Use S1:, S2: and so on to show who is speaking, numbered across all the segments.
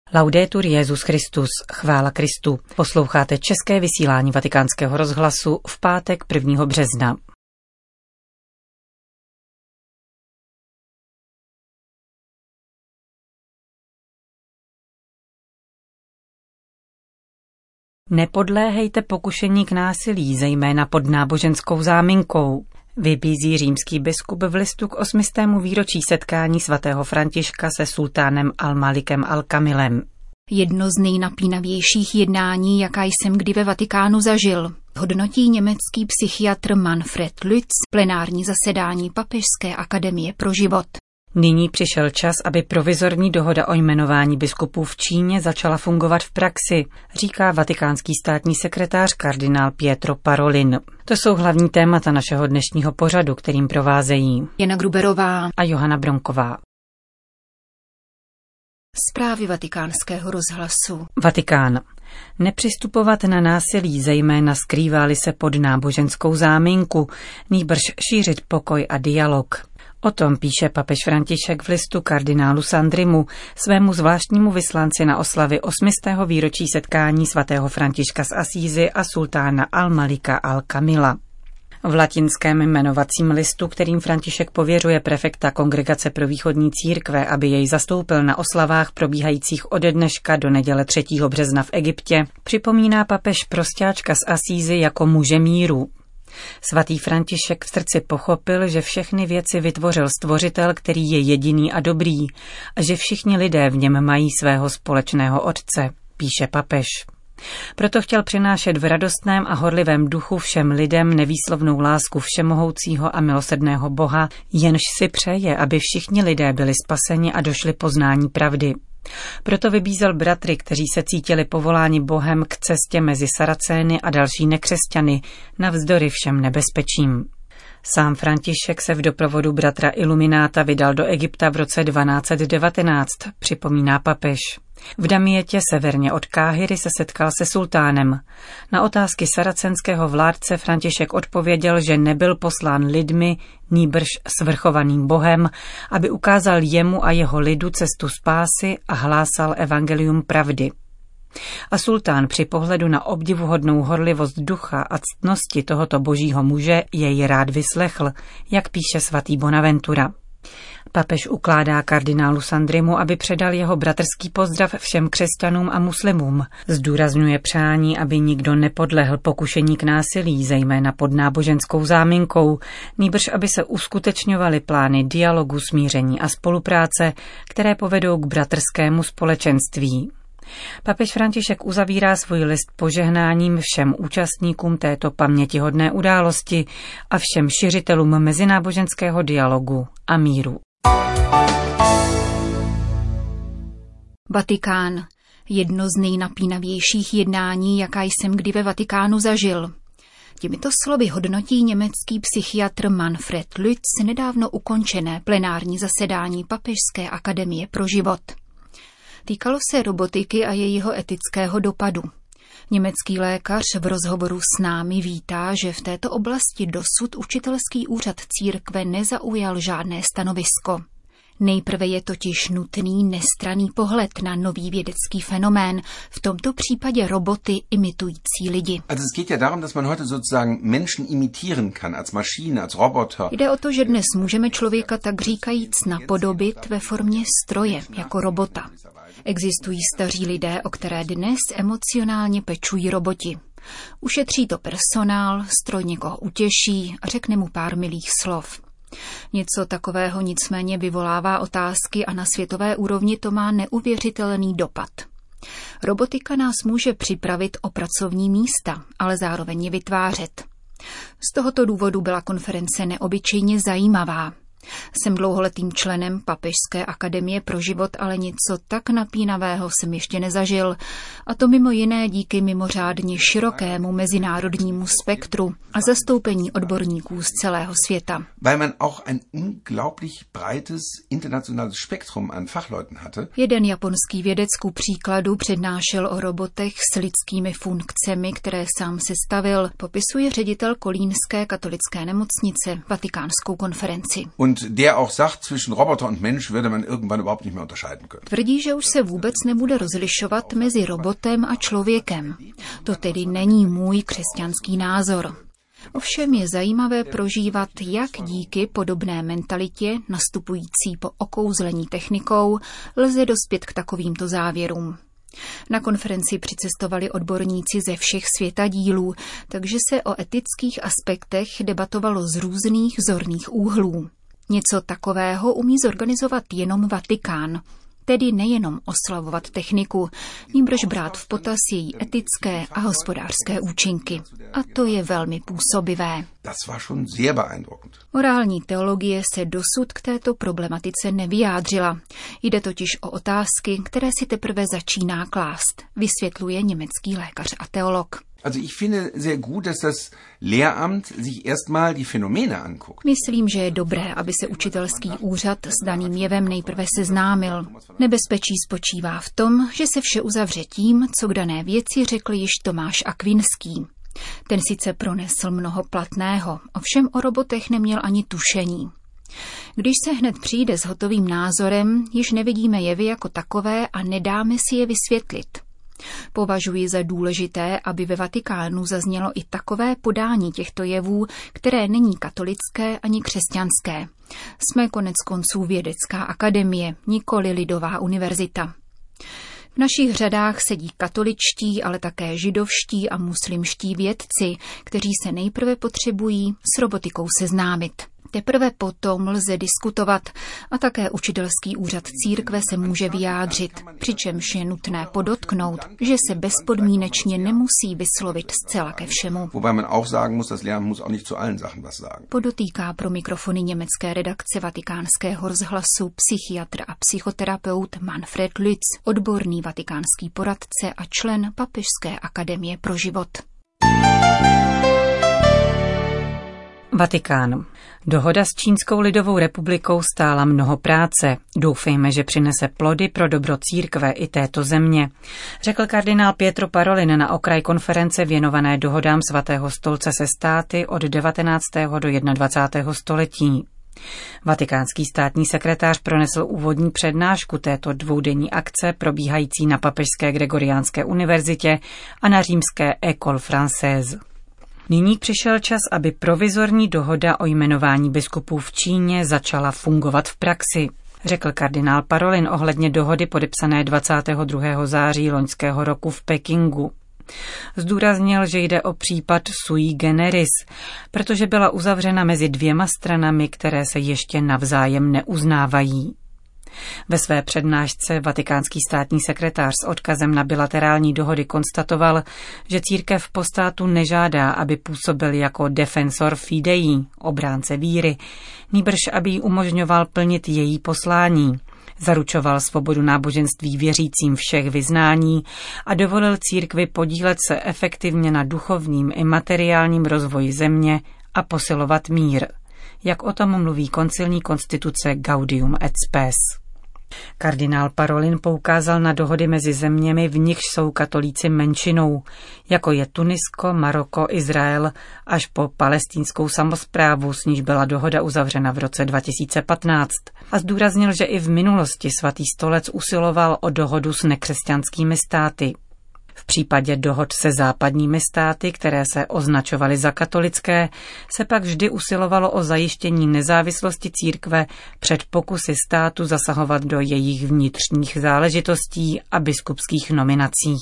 S1: Laudetur Jesus Christus, chvála Kristu. Posloucháte české vysílání Vatikánského rozhlasu v pátek 1. března. Nepodléhejte pokušení k násilí, zejména pod náboženskou záminkou, vybízí římský biskup v listu k 800. výročí setkání svatého Františka se sultánem Al-Malikem Al-Kamilem.
S2: Jedno z nejnapínavějších jednání, jaká jsem kdy ve Vatikánu zažil, hodnotí německý psychiatr Manfred Lütz plenární zasedání Papežské akademie pro život.
S1: Nyní přišel čas, aby provizorní dohoda o jmenování biskupů v Číně začala fungovat v praxi, říká vatikánský státní sekretář kardinál Pietro Parolin. To jsou hlavní témata našeho dnešního pořadu, kterým provázejí
S2: Jana Gruberová
S1: a Johana Bronková.
S2: Zprávy Vatikánského rozhlasu.
S1: Vatikán. Nepřistupovat na násilí, zejména skrývá-li se pod náboženskou záminku, nýbrž šířit pokoj a dialog. O tom píše papež František v listu kardinálu Sandrimu, svému zvláštnímu vyslanci na oslavy 800. výročí setkání svatého Františka z Asízy a sultána Al-Malika Al-Kamila. V latinském jmenovacím listu, kterým František pověřuje prefekta Kongregace pro východní církve, aby jej zastoupil na oslavách probíhajících ode dneška do neděle 3. března v Egyptě, připomíná papež prostáčka z Asízy jako muže míru. Svatý František v srdci pochopil, že všechny věci vytvořil Stvořitel, který je jediný a dobrý, a že všichni lidé v něm mají svého společného otce, píše papež. Proto chtěl přinášet v radostném a horlivém duchu všem lidem nevýslovnou lásku všemohoucího a milosrdného Boha, jenž si přeje, aby všichni lidé byli spaseni a došli poznání pravdy. Proto vybízel bratry, kteří se cítili povoláni Bohem k cestě mezi Saracény a další nekřesťany, navzdory všem nebezpečím. Sám František se v doprovodu bratra Ilumináta vydal do Egypta v roce 1219, připomíná papež. V Damietě severně od Káhiry se setkal se sultánem. Na otázky saracenského vládce František odpověděl, že nebyl poslán lidmi, nýbrž svrchovaným Bohem, aby ukázal jemu a jeho lidu cestu spásy a hlásal evangelium pravdy. A sultán při pohledu na obdivuhodnou horlivost ducha a ctnosti tohoto božího muže jej rád vyslechl, jak píše svatý Bonaventura. Papež ukládá kardinálu Sandrimu, aby předal jeho bratrský pozdrav všem křesťanům a muslimům. Zdůrazňuje přání, aby nikdo nepodlehl pokušení k násilí, zejména pod náboženskou záminkou, nýbrž aby se uskutečňovaly plány dialogu, smíření a spolupráce, které povedou k bratrskému společenství. Papež František uzavírá svůj list požehnáním všem účastníkům této pamětihodné události a všem šiřitelům mezináboženského dialogu a míru.
S2: Vatikán. Jedno z nejnapínavějších jednání, jaká jsem kdy ve Vatikánu zažil. Těmito slovy hodnotí německý psychiatr Manfred Lütz nedávno ukončené plenární zasedání Papežské akademie pro život. Týkalo se robotiky a jejího etického dopadu. Německý lékař v rozhovoru s námi vítá, že v této oblasti dosud učitelský úřad církve nezaujal žádné stanovisko. Nejprve je totiž nutný nestranný pohled na nový vědecký fenomén, v tomto případě roboty imitující lidi. Jde o to, že dnes můžeme člověka tak říkajíc napodobit ve formě stroje, jako robota. Existují staří lidé, o které dnes emocionálně pečují roboti. Ušetří to personál, stroj někoho utěší a řekne mu pár milých slov. Něco takového nicméně vyvolává otázky a na světové úrovni to má neuvěřitelný dopad. Robotika nás může připravit o pracovní místa, ale zároveň je vytvářet. Z tohoto důvodu byla konference neobyčejně zajímavá. Jsem dlouholetým členem Papežské akademie pro život, ale něco tak napínavého jsem ještě nezažil. A to mimo jiné díky mimořádně širokému mezinárodnímu spektru a zastoupení odborníků z celého světa. Jeden japonský vědec ku příkladu přednášel o robotech s lidskými funkcemi, které sám sestavil, popisuje ředitel kolínské katolické nemocnice Vatikánskou konferenci.
S3: Und der auch sagt, zwischen Roboter und Mensch würde man irgendwann überhaupt nicht mehr unterscheiden können.
S2: Tvrdí, že už se vůbec nebude rozlišovat mezi robotem a člověkem. To tedy není můj křesťanský názor. Ovšem je zajímavé prožívat, jak díky podobné mentalitě, nastupující po okouzlení technikou, lze dospět k takovýmto závěrům. Na konferenci přicestovali odborníci ze všech světadílů, takže se o etických aspektech debatovalo z různých zorných úhlů. Něco takového umí zorganizovat jenom Vatikán, tedy nejenom oslavovat techniku, nýbrž brát v potaz její etické a hospodářské účinky. A to je velmi působivé. Morální teologie se dosud k této problematice nevyjádřila. Jde totiž o otázky, které si teprve začíná klást, vysvětluje německý lékař a teolog.
S3: Also ich finde sehr gut, dass das Lehramt sich erstmal die Phänomene anguckt.
S2: Myslím, že je dobré, aby se učitelský úřad s daným jevem nejprve seznámil. Nebezpečí spočívá v tom, že se vše uzavře tím, co k dané věci řekl již Tomáš Akvinský. Ten sice pronesl mnoho platného, ovšem o robotech neměl ani tušení. Když se hned přijde s hotovým názorem, již nevidíme jevy jako takové a nedáme si je vysvětlit. Považuji za důležité, aby ve Vatikánu zaznělo i takové podání těchto jevů, které není katolické ani křesťanské. Jsme koneckonců vědecká akademie, nikoli lidová univerzita. V našich řadách sedí katoličtí, ale také židovští a muslimští vědci, kteří se nejprve potřebují s robotikou seznámit. Teprve potom lze diskutovat a také učitelský úřad církve se může vyjádřit, přičemž je nutné podotknout, že se bezpodmínečně nemusí vyslovit zcela ke všemu. Podotýká pro mikrofony německé redakce Vatikánského rozhlasu psychiatr a psychoterapeut Manfred Lütz, odborný vatikánský poradce a člen Papežské akademie pro život.
S1: Vatikán. Dohoda s Čínskou lidovou republikou stála mnoho práce. Doufejme, že přinese plody pro dobro církve i této země, řekl kardinál Pietro Parolin na okraj konference věnované dohodám Svatého stolce se státy od 19. do 21. století. Vatikánský státní sekretář pronesl úvodní přednášku této dvoudenní akce probíhající na Papežské Gregoriánské univerzitě a na římské École Française. Nyní přišel čas, aby provizorní dohoda o jmenování biskupů v Číně začala fungovat v praxi, řekl kardinál Parolin ohledně dohody podepsané 22. září loňského roku v Pekingu. Zdůraznil, že jde o případ sui generis, protože byla uzavřena mezi dvěma stranami, které se ještě navzájem neuznávají. Ve své přednášce vatikánský státní sekretář s odkazem na bilaterální dohody konstatoval, že církev po státu nežádá, aby působil jako defensor fidei, obránce víry, nýbrž aby jí umožňoval plnit její poslání. Zaručoval svobodu náboženství věřícím všech vyznání a dovolil církvi podílet se efektivně na duchovním i materiálním rozvoji země a posilovat mír, jak o tom mluví koncilní konstituce Gaudium et Spes. Kardinál Parolin poukázal na dohody mezi zeměmi, v nichž jsou katolíci menšinou, jako je Tunisko, Maroko, Izrael, až po palestinskou samosprávu, s níž byla dohoda uzavřena v roce 2015. A zdůraznil, že i v minulosti Svatý stolec usiloval o dohodu s nekřesťanskými státy. V případě dohod se západními státy, které se označovaly za katolické, se pak vždy usilovalo o zajištění nezávislosti církve před pokusy státu zasahovat do jejich vnitřních záležitostí a biskupských nominací.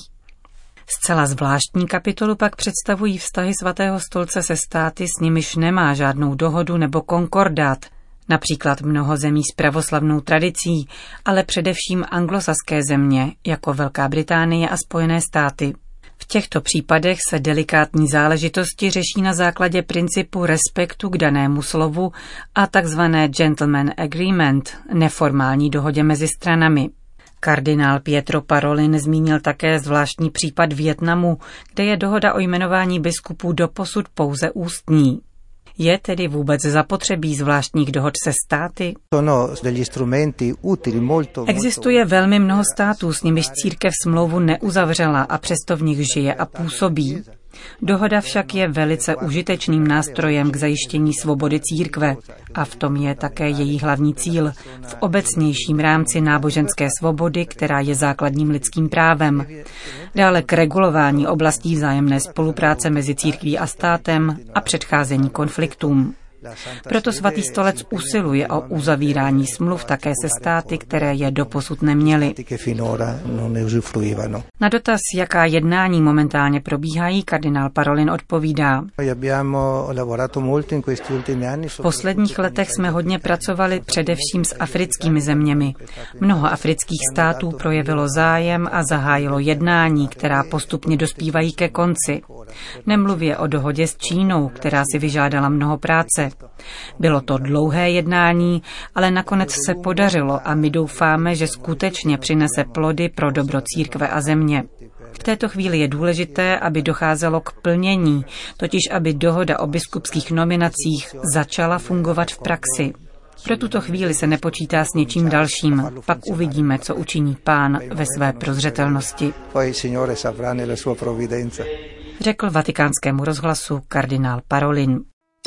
S1: Zcela zvláštní kapitolu pak představují vztahy Svatého stolce se státy, s nimiž nemá žádnou dohodu nebo konkordát, například mnoho zemí s pravoslavnou tradicí, ale především anglosaské země, jako Velká Británie a Spojené státy. V těchto případech se delikátní záležitosti řeší na základě principu respektu k danému slovu a takzvané gentleman agreement, neformální dohodě mezi stranami. Kardinál Pietro Parolin zmínil také zvláštní případ Vietnamu, kde je dohoda o jmenování biskupů doposud pouze ústní. Je tedy vůbec zapotřebí zvláštních dohod se státy? Existuje velmi mnoho států, s nimiž církev smlouvu neuzavřela a přesto v nich žije a působí. Dohoda však je velice užitečným nástrojem k zajištění svobody církve a v tom je také její hlavní cíl v obecnějším rámci náboženské svobody, která je základním lidským právem. Dále k regulování oblastí vzájemné spolupráce mezi církví a státem a předcházení konfliktům. Proto Svatý stolec usiluje o uzavírání smluv také se státy, které je doposud neměly. Na dotaz, jaká jednání momentálně probíhají, kardinál Parolin odpovídá. V posledních letech jsme hodně pracovali především s africkými zeměmi. Mnoho afrických států projevilo zájem a zahájilo jednání, která postupně dospívají ke konci. Nemluvě o dohodě s Čínou, která si vyžádala mnoho práce. Bylo to dlouhé jednání, ale nakonec se podařilo a my doufáme, že skutečně přinese plody pro dobro církve a země. V této chvíli je důležité, aby docházelo k plnění, totiž aby dohoda o biskupských nominacích začala fungovat v praxi. Pro tuto chvíli se nepočítá s něčím dalším, pak uvidíme, co učiní Pán ve své prozřetelnosti. Řekl Vatikánskému rozhlasu kardinál Parolin.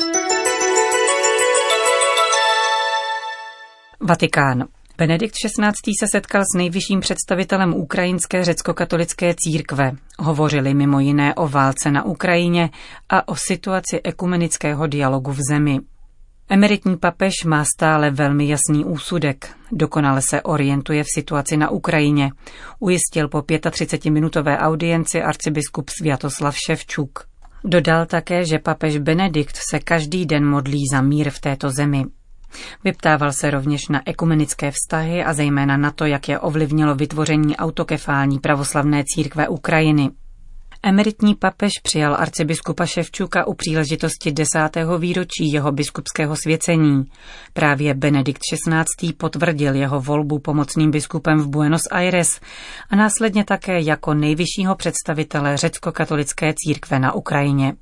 S1: Vatikán. Benedikt XVI. Se setkal s nejvyšším představitelem ukrajinské řeckokatolické církve. Hovořili mimo jiné o válce na Ukrajině a o situaci ekumenického dialogu v zemi. Emeritní papež má stále velmi jasný úsudek. Dokonale se orientuje v situaci na Ukrajině, ujistil po 35-minutové audienci arcibiskup Sviatoslav Ševčuk. Dodal také, že papež Benedikt se každý den modlí za mír v této zemi. Vyptával se rovněž na ekumenické vztahy a zejména na to, jak je ovlivnilo vytvoření autokefální pravoslavné církve Ukrajiny. Emeritní papež přijal arcibiskupa Ševčuka u příležitosti 10. výročí jeho biskupského svěcení. Právě Benedikt XVI. Potvrdil jeho volbu pomocným biskupem v Buenos Aires a následně také jako nejvyššího představitele řeckokatolické církve na Ukrajině.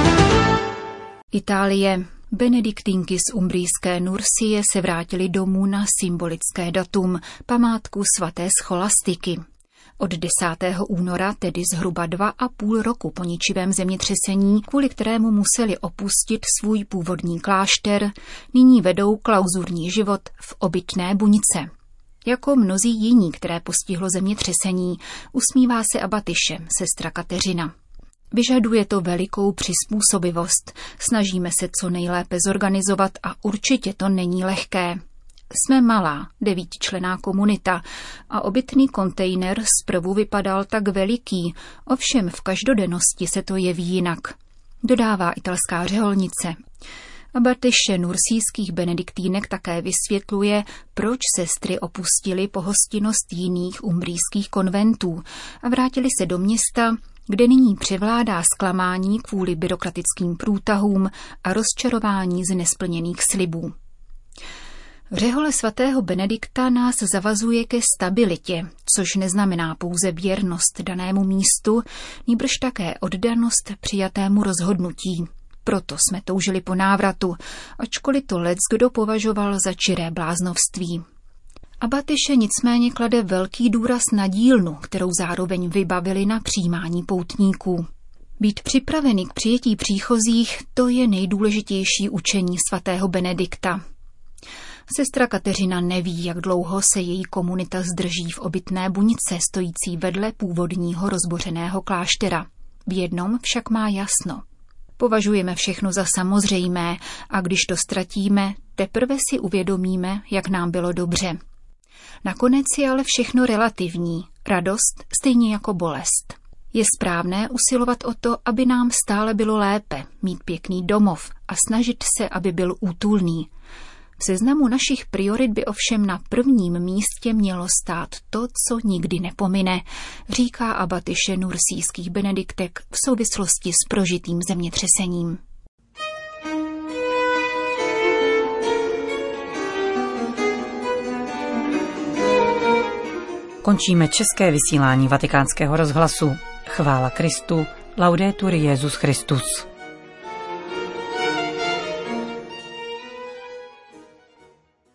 S2: Itálie. Benediktinky z umbrijské Nursie se vrátili domů na symbolické datum, památku svaté Scholastiky. Od 10. února, tedy zhruba 2,5 roku po ničivém zemětřesení, kvůli kterému museli opustit svůj původní klášter, nyní vedou klauzurní život v obytné buňce. Jako mnozí jiní, které postihlo zemětřesení, usmívá se abatyše, sestra Kateřina. Vyžaduje to velikou přizpůsobivost. Snažíme se co nejlépe zorganizovat a určitě to není lehké. Jsme malá, 9členná komunita a obytný kontejner zprvu vypadal tak veliký, ovšem v každodennosti se to jeví jinak, dodává italská řeholnice. Abatyše nursijských benediktínek také vysvětluje, proč sestry opustily pohostinnost jiných umbrijských konventů a vrátili se do města, kde nyní převládá zklamání kvůli byrokratickým průtahům a rozčarování z nesplněných slibů. Řehole svatého Benedikta nás zavazuje ke stabilitě, což neznamená pouze věrnost danému místu, nýbrž také oddanost přijatému rozhodnutí. Proto jsme toužili po návratu, ačkoliv to leckdo považoval za čiré bláznovství. Abatyše nicméně klade velký důraz na dílnu, kterou zároveň vybavili na přijímání poutníků. Být připravený k přijetí příchozích, to je nejdůležitější učení svatého Benedikta. Sestra Kateřina neví, jak dlouho se její komunita zdrží v obytné buňce stojící vedle původního rozbořeného kláštera. V jednom však má jasno. Považujeme všechno za samozřejmé a když to ztratíme, teprve si uvědomíme, jak nám bylo dobře. Nakonec je ale všechno relativní, radost stejně jako bolest. Je správné usilovat o to, aby nám stále bylo lépe, mít pěkný domov a snažit se, aby byl útulný. V seznamu našich priorit by ovšem na prvním místě mělo stát to, co nikdy nepomine, říká abatyše nursijských benediktek v souvislosti s prožitým zemětřesením.
S1: Končíme české vysílání Vatikánského rozhlasu. Chvála Kristu, laudetur Jesus Christus.